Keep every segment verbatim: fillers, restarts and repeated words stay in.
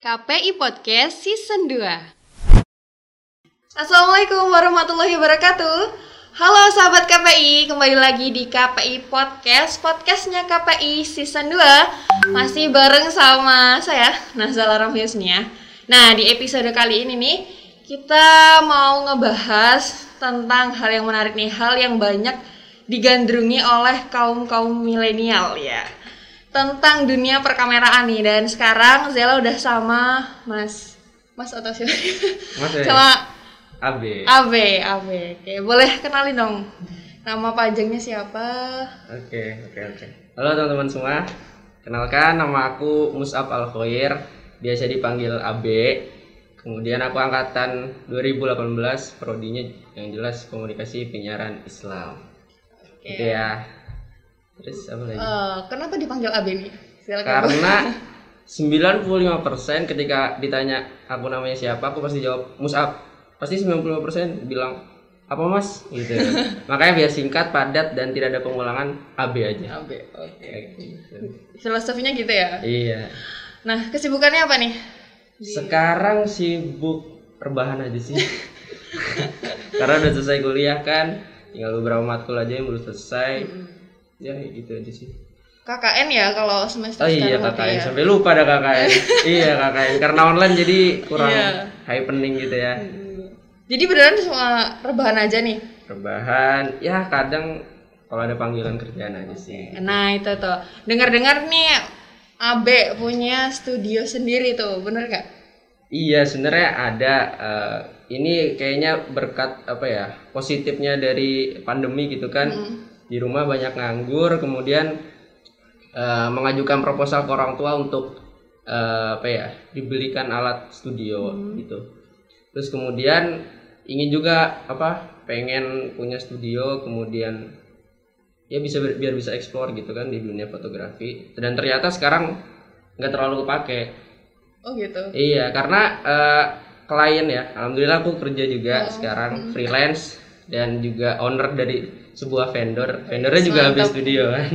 K P I Podcast Season dua. Assalamualaikum warahmatullahi wabarakatuh. Halo sahabat K P I, kembali lagi di K P I Podcast, podcastnya K P I Season dua. Masih bareng sama saya, Nazala Ramyusnia. Nah, di episode kali ini nih, kita mau ngebahas tentang hal yang menarik nih, hal yang banyak digandrungi oleh kaum-kaum milenial ya, tentang dunia perkameraan nih. Dan sekarang Zela udah sama Mas Mas atau siapa? Mas ya? Sama Abe. Abe, Abe. Oke, boleh kenalin dong. Nama panjangnya siapa? Oke, oke, oke. Halo teman-teman semua. Kenalkan, nama aku Mus'ab Al-Khoir, biasa dipanggil Abe. Kemudian aku angkatan dua ribu delapan belas, prodinya yang jelas komunikasi penyiaran Islam. Oke, Oke ya. Terus apa lagi? Uh, kenapa dipanggil Abe nih? Silakan. Karena sembilan puluh lima persen ketika ditanya aku namanya siapa, aku pasti jawab Mus'ab. Pasti sembilan puluh lima persen bilang apa mas? Gitu. Makanya biar singkat, padat, dan tidak ada pengulangan, Abe aja. Abe, oke. Okay. Gitu. Filosofinya gitu ya? Iya. Nah, kesibukannya apa nih? Di... Sekarang sibuk rebahan aja sih. Karena udah selesai kuliah kan, tinggal beberapa matkul aja yang belum selesai. Mm-hmm. Ya gitu aja sih. K K N ya kalau semester oh iya sekarang. K K N ya. Sampai lupa ada K K N. Iya K K N karena online jadi kurang yeah. happening gitu ya. Hmm. Jadi beneran cuma rebahan aja nih? Rebahan ya, kadang kalau ada panggilan kerjaan aja sih. Nah itu tuh, dengar-dengar nih Abe punya studio sendiri tuh, bener gak? Iya sebenarnya ada. Uh, ini kayaknya berkat apa ya, positifnya dari pandemi gitu kan. Hmm. Di rumah banyak nganggur, kemudian uh, mengajukan proposal ke orang tua untuk uh, apa ya, dibelikan alat studio hmm. gitu. Terus kemudian ingin juga apa, pengen punya studio, kemudian ya bisa biar bisa explore gitu kan di dunia fotografi. Dan ternyata sekarang nggak terlalu kepake. Oh gitu. Iya, karena uh, klien ya, alhamdulillah aku kerja juga oh. sekarang hmm. freelance dan juga owner dari sebuah vendor. Vendornya juga habis studio kan.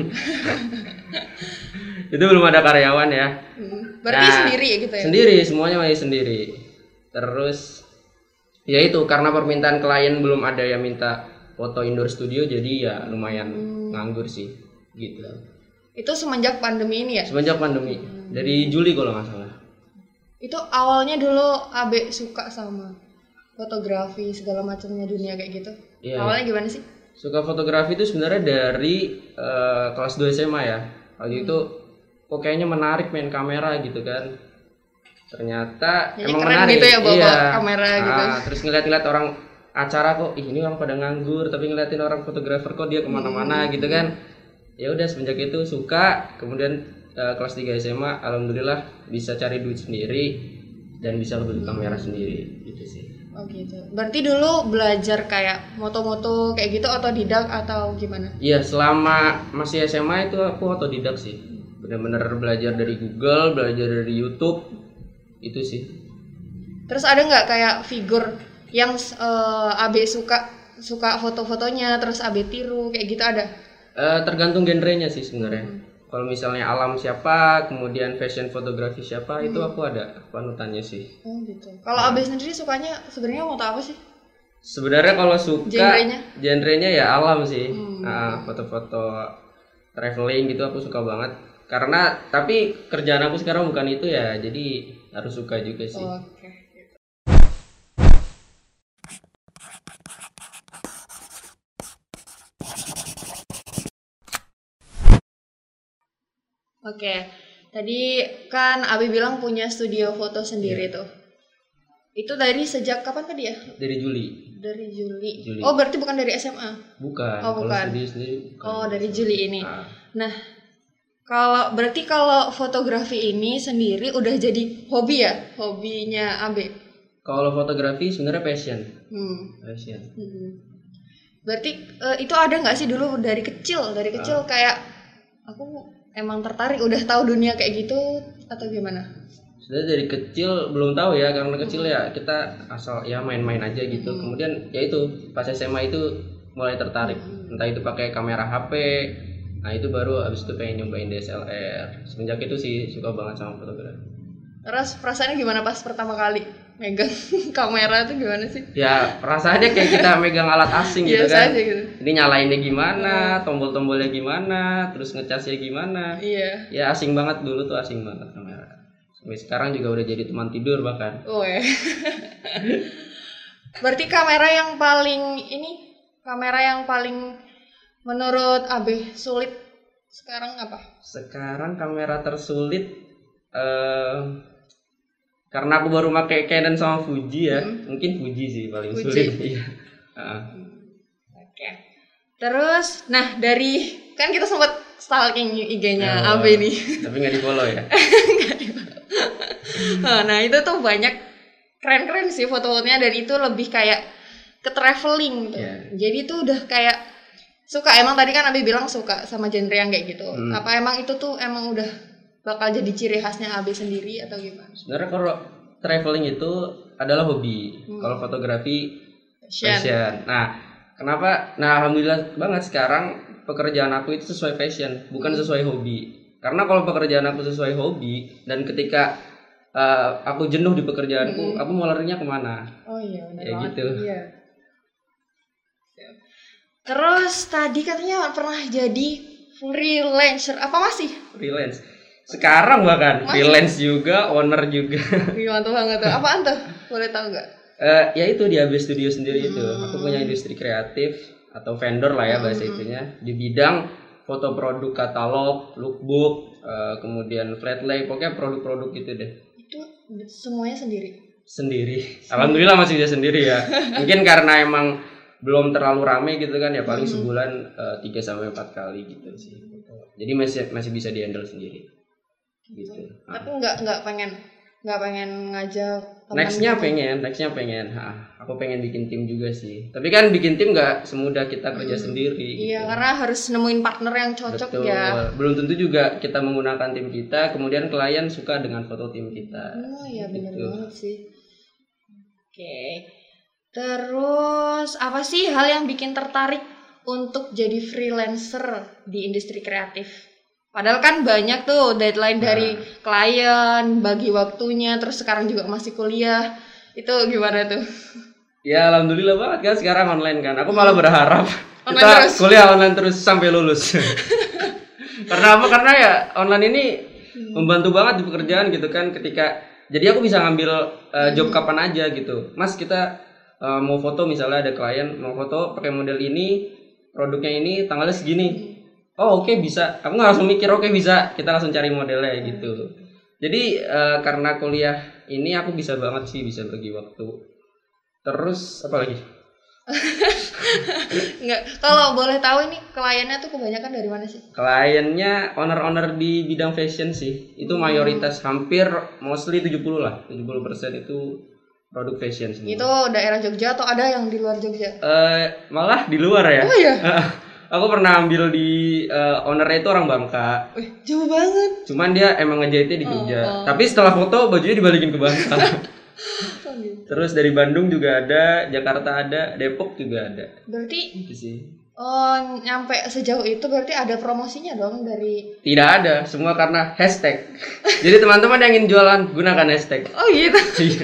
Itu belum ada karyawan ya. Hmm. Berarti nah, sendiri ya gitu ya? Sendiri, semuanya masih sendiri. Terus ya itu karena permintaan klien belum ada yang minta foto indoor studio, jadi ya lumayan hmm. nganggur sih gitu. Itu semenjak pandemi ini ya? Semenjak pandemi. Hmm. Dari Juli kalau nggak salah. Itu awalnya dulu Abe suka sama fotografi segala macamnya dunia kayak gitu. Iya. Awalnya gimana sih? Suka fotografi itu sebenarnya dari uh, kelas dua S M A ya. Waktu hmm. itu kok kayaknya menarik main kamera gitu kan. Ternyata jadi emang keren menarik gitu ya bawa iya. kamera nah, gitu. Terus ngeliat-ngeliat orang acara kok, ih ini orang pada nganggur, tapi ngeliatin orang fotografer kok dia kemana-mana hmm. gitu kan. Ya udah semenjak itu suka. Kemudian uh, kelas tiga S M A alhamdulillah bisa cari duit sendiri dan bisa beli kamera sendiri gitu sih. Oh gitu. Berarti dulu belajar kayak moto-moto kayak gitu otodidak atau gimana? Iya, selama masih S M A itu aku otodidak sih. Benar-benar belajar dari Google, belajar dari YouTube. Itu sih. Terus ada nggak kayak figur yang uh, Abe suka suka foto-fotonya terus Abe tiru kayak gitu ada? Uh, tergantung genrenya sih sebenarnya. Hmm. Kalau misalnya alam siapa, kemudian fashion fotografi siapa, hmm. itu aku ada panutannya sih. Oh gitu. Kalau nah. Abe sendiri sukanya sebenarnya foto apa sih? Sebenarnya kalau suka genrenya, genrenya ya alam sih. Hmm. Nah, foto-foto traveling gitu aku suka banget. Karena tapi kerjaan aku sekarang bukan itu ya, jadi harus suka juga sih. Oh, oke. Okay. Oke, tadi kan Abi bilang punya studio foto sendiri yeah. tuh. Itu dari sejak kapan tadi ya? Dari Juli. Dari Juli. Juli. Oh berarti bukan dari S M A? Bukan. Oh bukan. Sendiri, bukan. Oh dari Juli ini. Ah. Nah, kalau berarti kalau fotografi ini sendiri udah jadi hobi ya? Hobinya Abe? Kalau fotografi sebenarnya passion. Hmm. Passion. Hmm. Berarti uh, itu ada nggak sih dulu dari kecil? Dari kecil ah. kayak aku emang tertarik, udah tahu dunia kayak gitu atau gimana? Sudah dari kecil belum tahu ya, karena kecil ya kita asal ya main-main aja gitu. Hmm. Kemudian ya itu pas S M A itu mulai tertarik, hmm. entah itu pakai kamera H P. Nah itu baru abis itu pengen nyobain D S L R. Semenjak itu sih suka banget sama fotografi. Terus perasaannya gimana pas pertama kali megang kamera tuh gimana sih? Ya rasanya kayak kita megang alat asing gitu kan. Aja gitu. Ini nyalainnya gimana, tombol-tombolnya gimana, terus ngecasnya gimana. Iya. Ya asing banget dulu tuh, asing banget kamera. Sampai sekarang juga udah jadi teman tidur bahkan. Oh ya. Berarti kamera yang paling ini, kamera yang paling menurut Abe sulit sekarang apa? Sekarang kamera tersulit eh karena aku baru pakai Canon sama Fuji ya, hmm. mungkin Fuji sih paling Fuji. Sulit. Iya. Uh. Oke. Terus, nah dari kan kita sempat stalking I G-nya oh, Abe nih. Tapi nggak di follow ya? Nggak di follow. Nah itu tuh banyak keren-keren sih foto-fotonya dan itu lebih kayak ke traveling tuh. Yeah. Jadi tuh udah kayak suka, emang tadi kan Abe bilang suka sama genre yang kayak gitu. Hmm. Apa emang itu tuh emang udah bakal jadi ciri khasnya Abe sendiri atau gimana? Sebenarnya kalau traveling itu adalah hobi. Hmm. Kalau fotografi fashion. fashion. Nah, kenapa? Nah, alhamdulillah banget sekarang pekerjaan aku itu sesuai fashion, bukan hmm. sesuai hobi. Karena kalau pekerjaan aku sesuai hobi dan ketika uh, aku jenuh di pekerjaanku, hmm. aku mau larinya kemana? Oh iya, benar ya banget. Gitu. Iya. Terus tadi katanya pernah jadi freelancer, apa masih? Freelance. Sekarang bahkan masih? Freelance juga, owner juga. Gimana tuh banget tuh? Apaan tuh? Boleh tahu nggak? Uh, ya itu di Abe Studio sendiri hmm. itu. Aku punya industri kreatif atau vendor lah ya bahasa hmm. itunya di bidang foto produk katalog, lookbook, uh, kemudian flat lay, pokoknya produk-produk gitu deh. Itu semuanya sendiri? Sendiri. Alhamdulillah masih dia sendiri ya. Mungkin karena emang belum terlalu rame gitu kan ya, paling hmm. sebulan tiga sampai empat kali gitu sih. Jadi masih masih bisa di-handle sendiri. Gitu. Tapi nggak nggak pengen nggak pengen ngajak nextnya gitu. pengen nextnya pengen ha, aku pengen bikin tim juga sih, tapi kan bikin tim nggak semudah kita kerja hmm. sendiri iya gitu. Karena harus nemuin partner yang cocok. Betul. Ya belum tentu juga kita menggunakan tim kita kemudian klien suka dengan foto tim kita. Oh iya benar gitu. Banget sih. Oke, terus apa sih hal yang bikin tertarik untuk jadi freelancer di industri kreatif? Padahal kan banyak tuh deadline nah. dari klien, bagi waktunya, terus sekarang juga masih kuliah. Itu gimana tuh? Ya alhamdulillah banget kan sekarang online kan. Aku malah berharap online kita terus. Kuliah online terus sampai lulus. Karena apa? Karena ya online ini hmm. membantu banget di pekerjaan gitu kan. Ketika jadi aku bisa ngambil uh, job hmm. kapan aja gitu. Mas kita uh, mau foto misalnya ada klien mau foto pakai model ini, produknya ini, tanggalnya segini. Oh oke okay, bisa, aku nggak langsung mikir oke okay, bisa, kita langsung cari modelnya gitu. Jadi uh, karena kuliah ini aku bisa banget sih bisa bagi waktu. Terus apa lagi? Enggak, kalau boleh tahu ini kliennya tuh kebanyakan dari mana sih? Kliennya owner-owner di bidang fashion sih, itu mayoritas hampir mostly tujuh puluh lah, tujuh puluh persen itu produk fashion semua. Itu daerah Jogja atau ada yang di luar Jogja? Uh, malah di luar ya. Oh iya. Aku pernah ambil di uh, ownernya itu orang Bangka. Wih, jauh banget. Cuman dia emang ngejahitnya di Jogja. Oh, oh. Tapi setelah foto bajunya dibalikin ke Bangka. Oh, gitu. Terus dari Bandung juga ada, Jakarta ada, Depok juga ada. Berarti gitu sih. Oh, nyampe sejauh itu berarti ada promosinya dong dari? Tidak ada, semua karena hashtag. Jadi teman-teman yang ingin jualan gunakan hashtag. Oh gitu.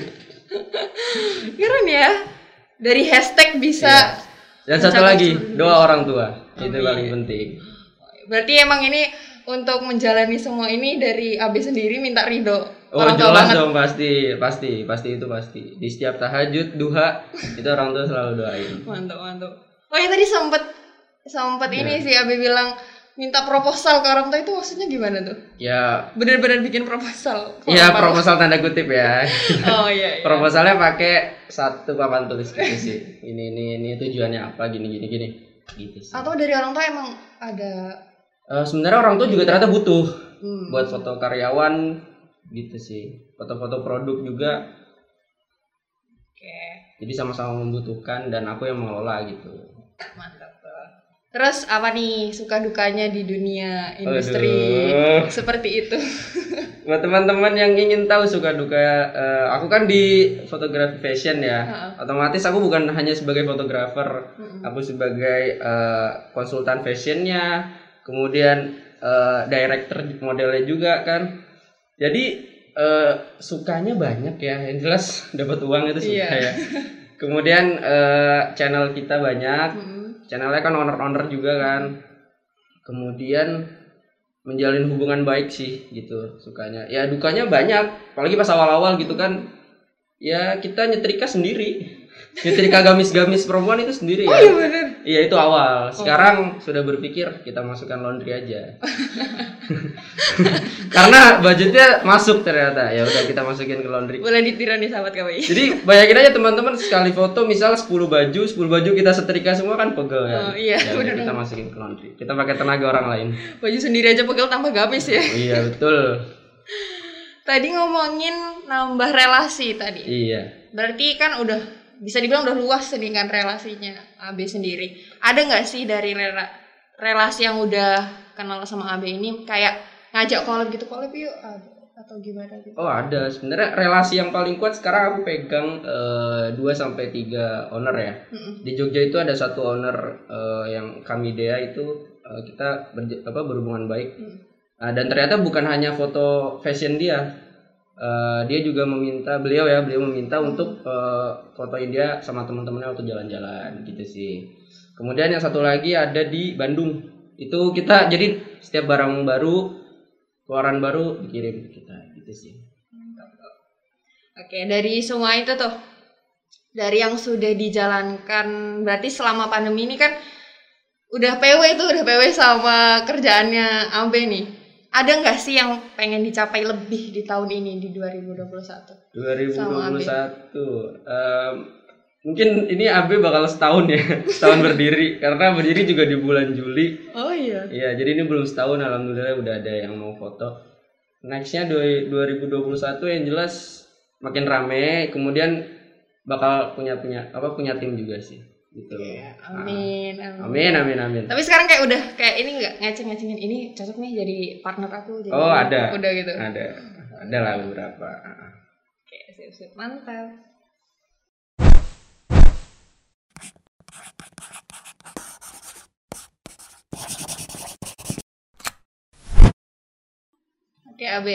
Keren ya. Dari hashtag bisa. Iya. Dan satu lagi, doa orang tua. Itu oh, paling iya. penting. Berarti emang ini untuk menjalani semua ini dari Abe sendiri minta ridho. Oh jelas dong, pasti, pasti, pasti itu pasti. Di setiap tahajud, duha, itu orang tua selalu doain. Mantap, mantap. Oh ya tadi sempet sempet ya. Ini sih Abe bilang minta proposal ke orang tua, itu maksudnya gimana tuh? Ya benar-benar bikin proposal. Iya proposal tanda kutip ya. Oh iya, iya. Proposalnya pakai satu papan tulis gitu sih. Ini ini ini tujuannya apa gini gini gini gitu sih. Atau dari orang tua emang ada? Uh, sebenarnya orang tua juga ternyata butuh hmm. buat foto karyawan gitu sih. Foto-foto produk juga. Oke. Okay. Jadi sama-sama membutuhkan dan aku yang mengelola gitu. Mantap. Terus apa nih suka dukanya di dunia industri Aduh. seperti itu? Buat teman-teman yang ingin tahu suka duka, uh, aku kan di fotografi fashion ya. Uh-uh. Otomatis aku bukan hanya sebagai fotografer, uh-uh. aku sebagai uh, konsultan fashionnya, kemudian uh, director modelnya juga kan. Jadi uh, sukanya banyak ya, yang jelas dapat uang itu suka Iya. ya. Kemudian uh, channel kita banyak, Mm-hmm. channelnya kan owner-owner juga kan. Kemudian menjalin hubungan baik sih gitu sukanya. Ya dukanya banyak, apalagi pas awal-awal gitu kan. Ya kita nyetrika sendiri. Nyetrika gamis-gamis perempuan itu sendiri Oh ya. iya benar. Iya itu awal. Sekarang oh. sudah berpikir kita masukkan laundry aja. Karena budgetnya masuk ternyata. Ya udah kita masukin ke laundry. Boleh ditiru nih sahabat K P I. Jadi bayangin aja teman-teman sekali foto misal sepuluh baju, sepuluh baju kita setrika semua kan pegel kan. Oh iya, ya, benar. Kita masukin ke laundry. Kita pakai tenaga orang lain. Baju sendiri aja pegel tambah gamis ya. Iya, betul. Tadi ngomongin nambah relasi tadi. Iya. Berarti kan udah bisa dibilang udah luas nih kan relasinya A B sendiri. Ada nggak sih dari rela- relasi yang udah kenal sama A B ini kayak ngajak collab gitu, collab yuk atau gimana gitu? Oh ada, sebenarnya relasi yang paling kuat sekarang aku pegang uh, dua sampai tiga owner ya. Mm-mm. Di Jogja itu ada satu owner uh, yang Kamidea itu uh, kita berj- apa, berhubungan baik. Mm. Uh, dan ternyata bukan hanya foto fashion dia. Uh, dia juga meminta beliau ya beliau meminta hmm. untuk uh, fotoin dia sama teman-temannya waktu jalan-jalan gitu sih. Kemudian yang satu lagi ada di Bandung. Itu kita jadi setiap barang baru, keluaran baru dikirim ke kita gitu sih. Oke, dari semua itu tuh dari yang sudah dijalankan berarti selama pandemi ini kan udah P W tuh, udah P W sama kerjaannya A B nih. Ada nggak sih yang pengen dicapai lebih di tahun ini di dua ribu dua puluh satu? dua ribu dua puluh satu um, mungkin ini A B bakal setahun ya, setahun berdiri karena berdiri juga di bulan Juli. Oh iya. Iya, jadi ini belum setahun, alhamdulillah udah ada yang mau foto. Nextnya dua ribu dua puluh satu yang jelas makin rame, kemudian bakal punya punya apa punya tim juga sih. Gitu. Yeah, amin, amin. Amin, amin, amin. Tapi sekarang kayak udah kayak ini nggak ngeceng-ngecengin ini cocok nih jadi partner aku. Jadi oh ada. Udah gitu. Ada, ada lah beberapa. Oke, sip-sip, mantap. Oke A B.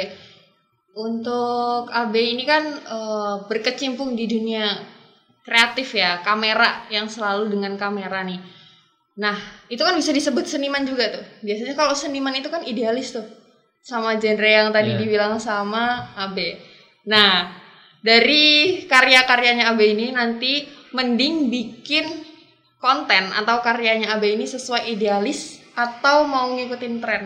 Untuk A B ini kan uh, berkecimpung di dunia kreatif ya, kamera yang selalu dengan kamera nih. Nah, itu kan bisa disebut seniman juga tuh. Biasanya kalau seniman itu kan idealis tuh. Sama genre yang tadi yeah. dibilang sama A B. Nah, dari karya-karyanya A B ini nanti mending bikin konten atau karyanya A B ini sesuai idealis atau mau ngikutin tren?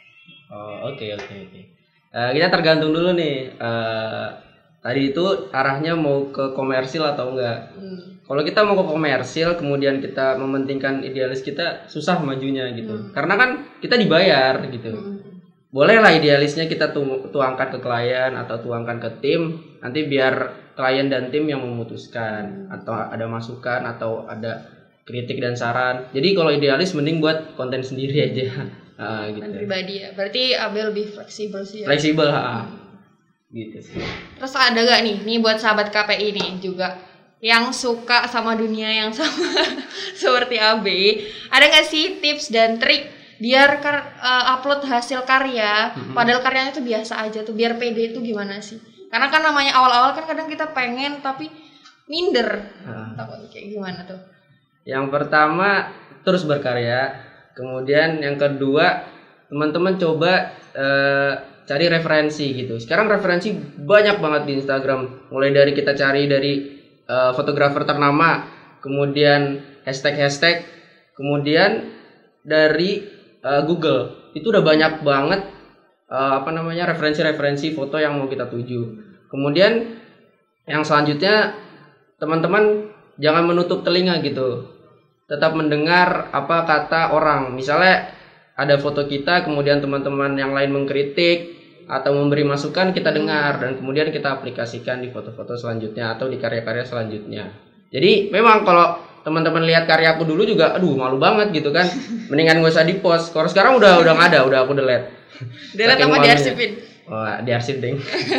Oh, oke okay, oke okay, oke. Okay. Uh, kita tergantung dulu nih. Uh, Tadi itu arahnya mau ke komersil atau enggak. Hmm. Kalau kita mau ke komersil, kemudian kita mementingkan idealis kita, susah majunya gitu. Hmm. Karena kan kita dibayar gitu. Hmm. Bolehlah idealisnya kita tu- tuangkan ke klien atau tuangkan ke tim. Nanti biar klien dan tim yang memutuskan. Hmm. Atau ada masukan atau ada kritik dan saran. Jadi kalau idealis mending buat konten sendiri aja. Nah, gitu. Dan pribadi ya. Berarti Abel lebih fleksibel sih ya. Fleksibel, ha. Gitu sih. Terus ada gak nih, nih buat sahabat K P I nih juga yang suka sama dunia yang sama seperti A B, ada gak sih tips dan trik biar kar, uh, upload hasil karya, mm-hmm. padahal karyanya tuh biasa aja tuh, biar pede itu gimana sih? Karena kan namanya awal-awal kan kadang kita pengen tapi minder, uh. takut kayak gimana tuh? Yang pertama terus berkarya, kemudian yang kedua teman-teman coba uh, cari referensi gitu. Sekarang referensi banyak banget di Instagram. Mulai dari kita cari dari uh, fotografer ternama, kemudian hashtag-hashtag, kemudian dari uh, Google. Itu udah banyak banget uh, apa namanya referensi-referensi foto yang mau kita tuju. Kemudian yang selanjutnya teman-teman jangan menutup telinga gitu. Tetap mendengar apa kata orang. Misalnya ada foto kita, kemudian teman-teman yang lain mengkritik atau memberi masukan, kita dengar dan kemudian kita aplikasikan di foto-foto selanjutnya atau di karya-karya selanjutnya. Jadi memang kalau teman-teman lihat karyaku dulu juga, aduh malu banget gitu kan, mendingan gak usah di post. Kalau sekarang udah udah nggak ada, udah aku delete. Delete apa diarsipin? Oh, diarsip ding.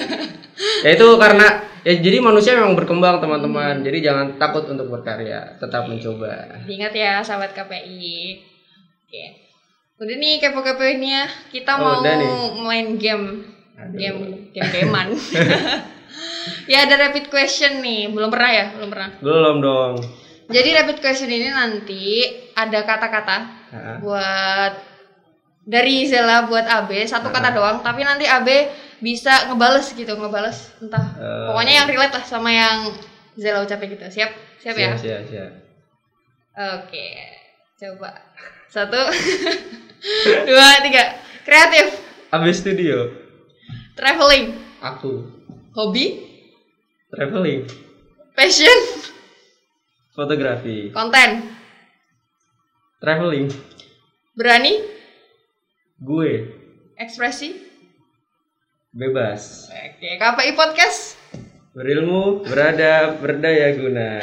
Ya itu karena ya jadi manusia memang berkembang teman-teman. Hmm. Jadi jangan takut untuk berkarya, tetap mencoba. Ingat ya sahabat K P I. Oke. Udah nih kepo-kepo ini ya, kita oh, mau main game. Aduh. game game gamean. Ya ada rapid question nih, belum pernah ya, belum pernah. Belum dong. Jadi rapid question ini nanti ada kata-kata Ha? buat dari Zela buat A B, satu Ha? kata doang, tapi nanti A B bisa ngebales gitu, ngebales entah. Uh, Pokoknya yang relate lah sama yang Zela ucapin gitu. Siap? Siap, ya? Siap, siap, siap. Oke. Coba. Satu. Dua, tiga. Kreatif. A B Studio. Traveling. Aku. Hobi. Traveling. Passion. Fotografi. Konten. Traveling. Berani. Gue. Ekspresi. Bebas. Oke, K P I Podcast. Berilmu, beradab, berdaya guna.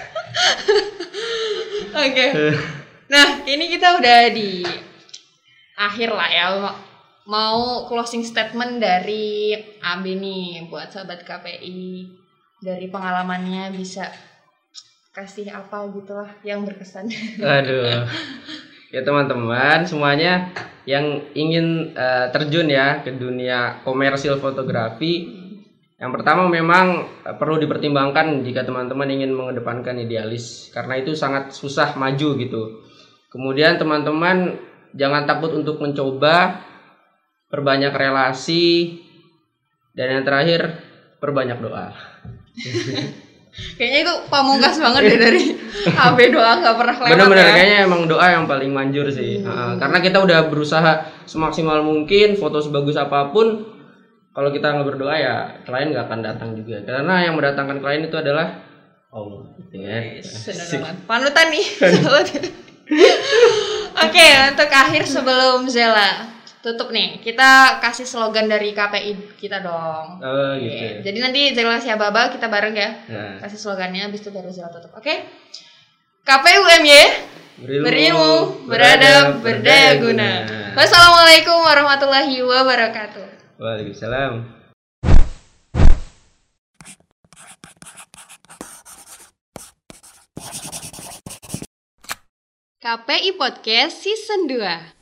Oke. Nah, ini kita udah di akhir lah ya. Mau closing statement dari A B nih buat sahabat K P I. Dari pengalamannya bisa kasih apa gitu lah yang berkesan. Aduh. Ya teman-teman semuanya yang ingin uh, terjun ya ke dunia komersil fotografi, yang pertama memang uh, perlu dipertimbangkan jika teman-teman ingin mengedepankan idealis, karena itu sangat susah maju gitu. Kemudian teman-teman jangan takut untuk mencoba, perbanyak relasi, dan yang terakhir perbanyak doa. Kayaknya itu pamungkas banget deh dari A B, doa nggak pernah lewat. Bener-bener ya. Kayaknya emang doa yang paling manjur sih. Hmm. Uh, karena kita udah berusaha semaksimal mungkin, foto sebagus apapun, kalau kita nggak berdoa ya klien nggak akan datang juga. Karena yang mendatangkan klien itu adalah Allah. Gitu ya. Yes, panutan nih. Oke, untuk akhir sebelum Zela tutup nih, kita kasih slogan dari K P I kita dong. Oh gitu. Oke. Jadi nanti Zela Siababa kita bareng ya. Nah. Kasih slogannya, habis itu baru Zela tutup. Oke? K P U M Y, Berilmu, berilmu, beradab, berdaya guna. Wassalamualaikum warahmatullahi wabarakatuh. Waalaikumsalam. K P I Podcast Season dua.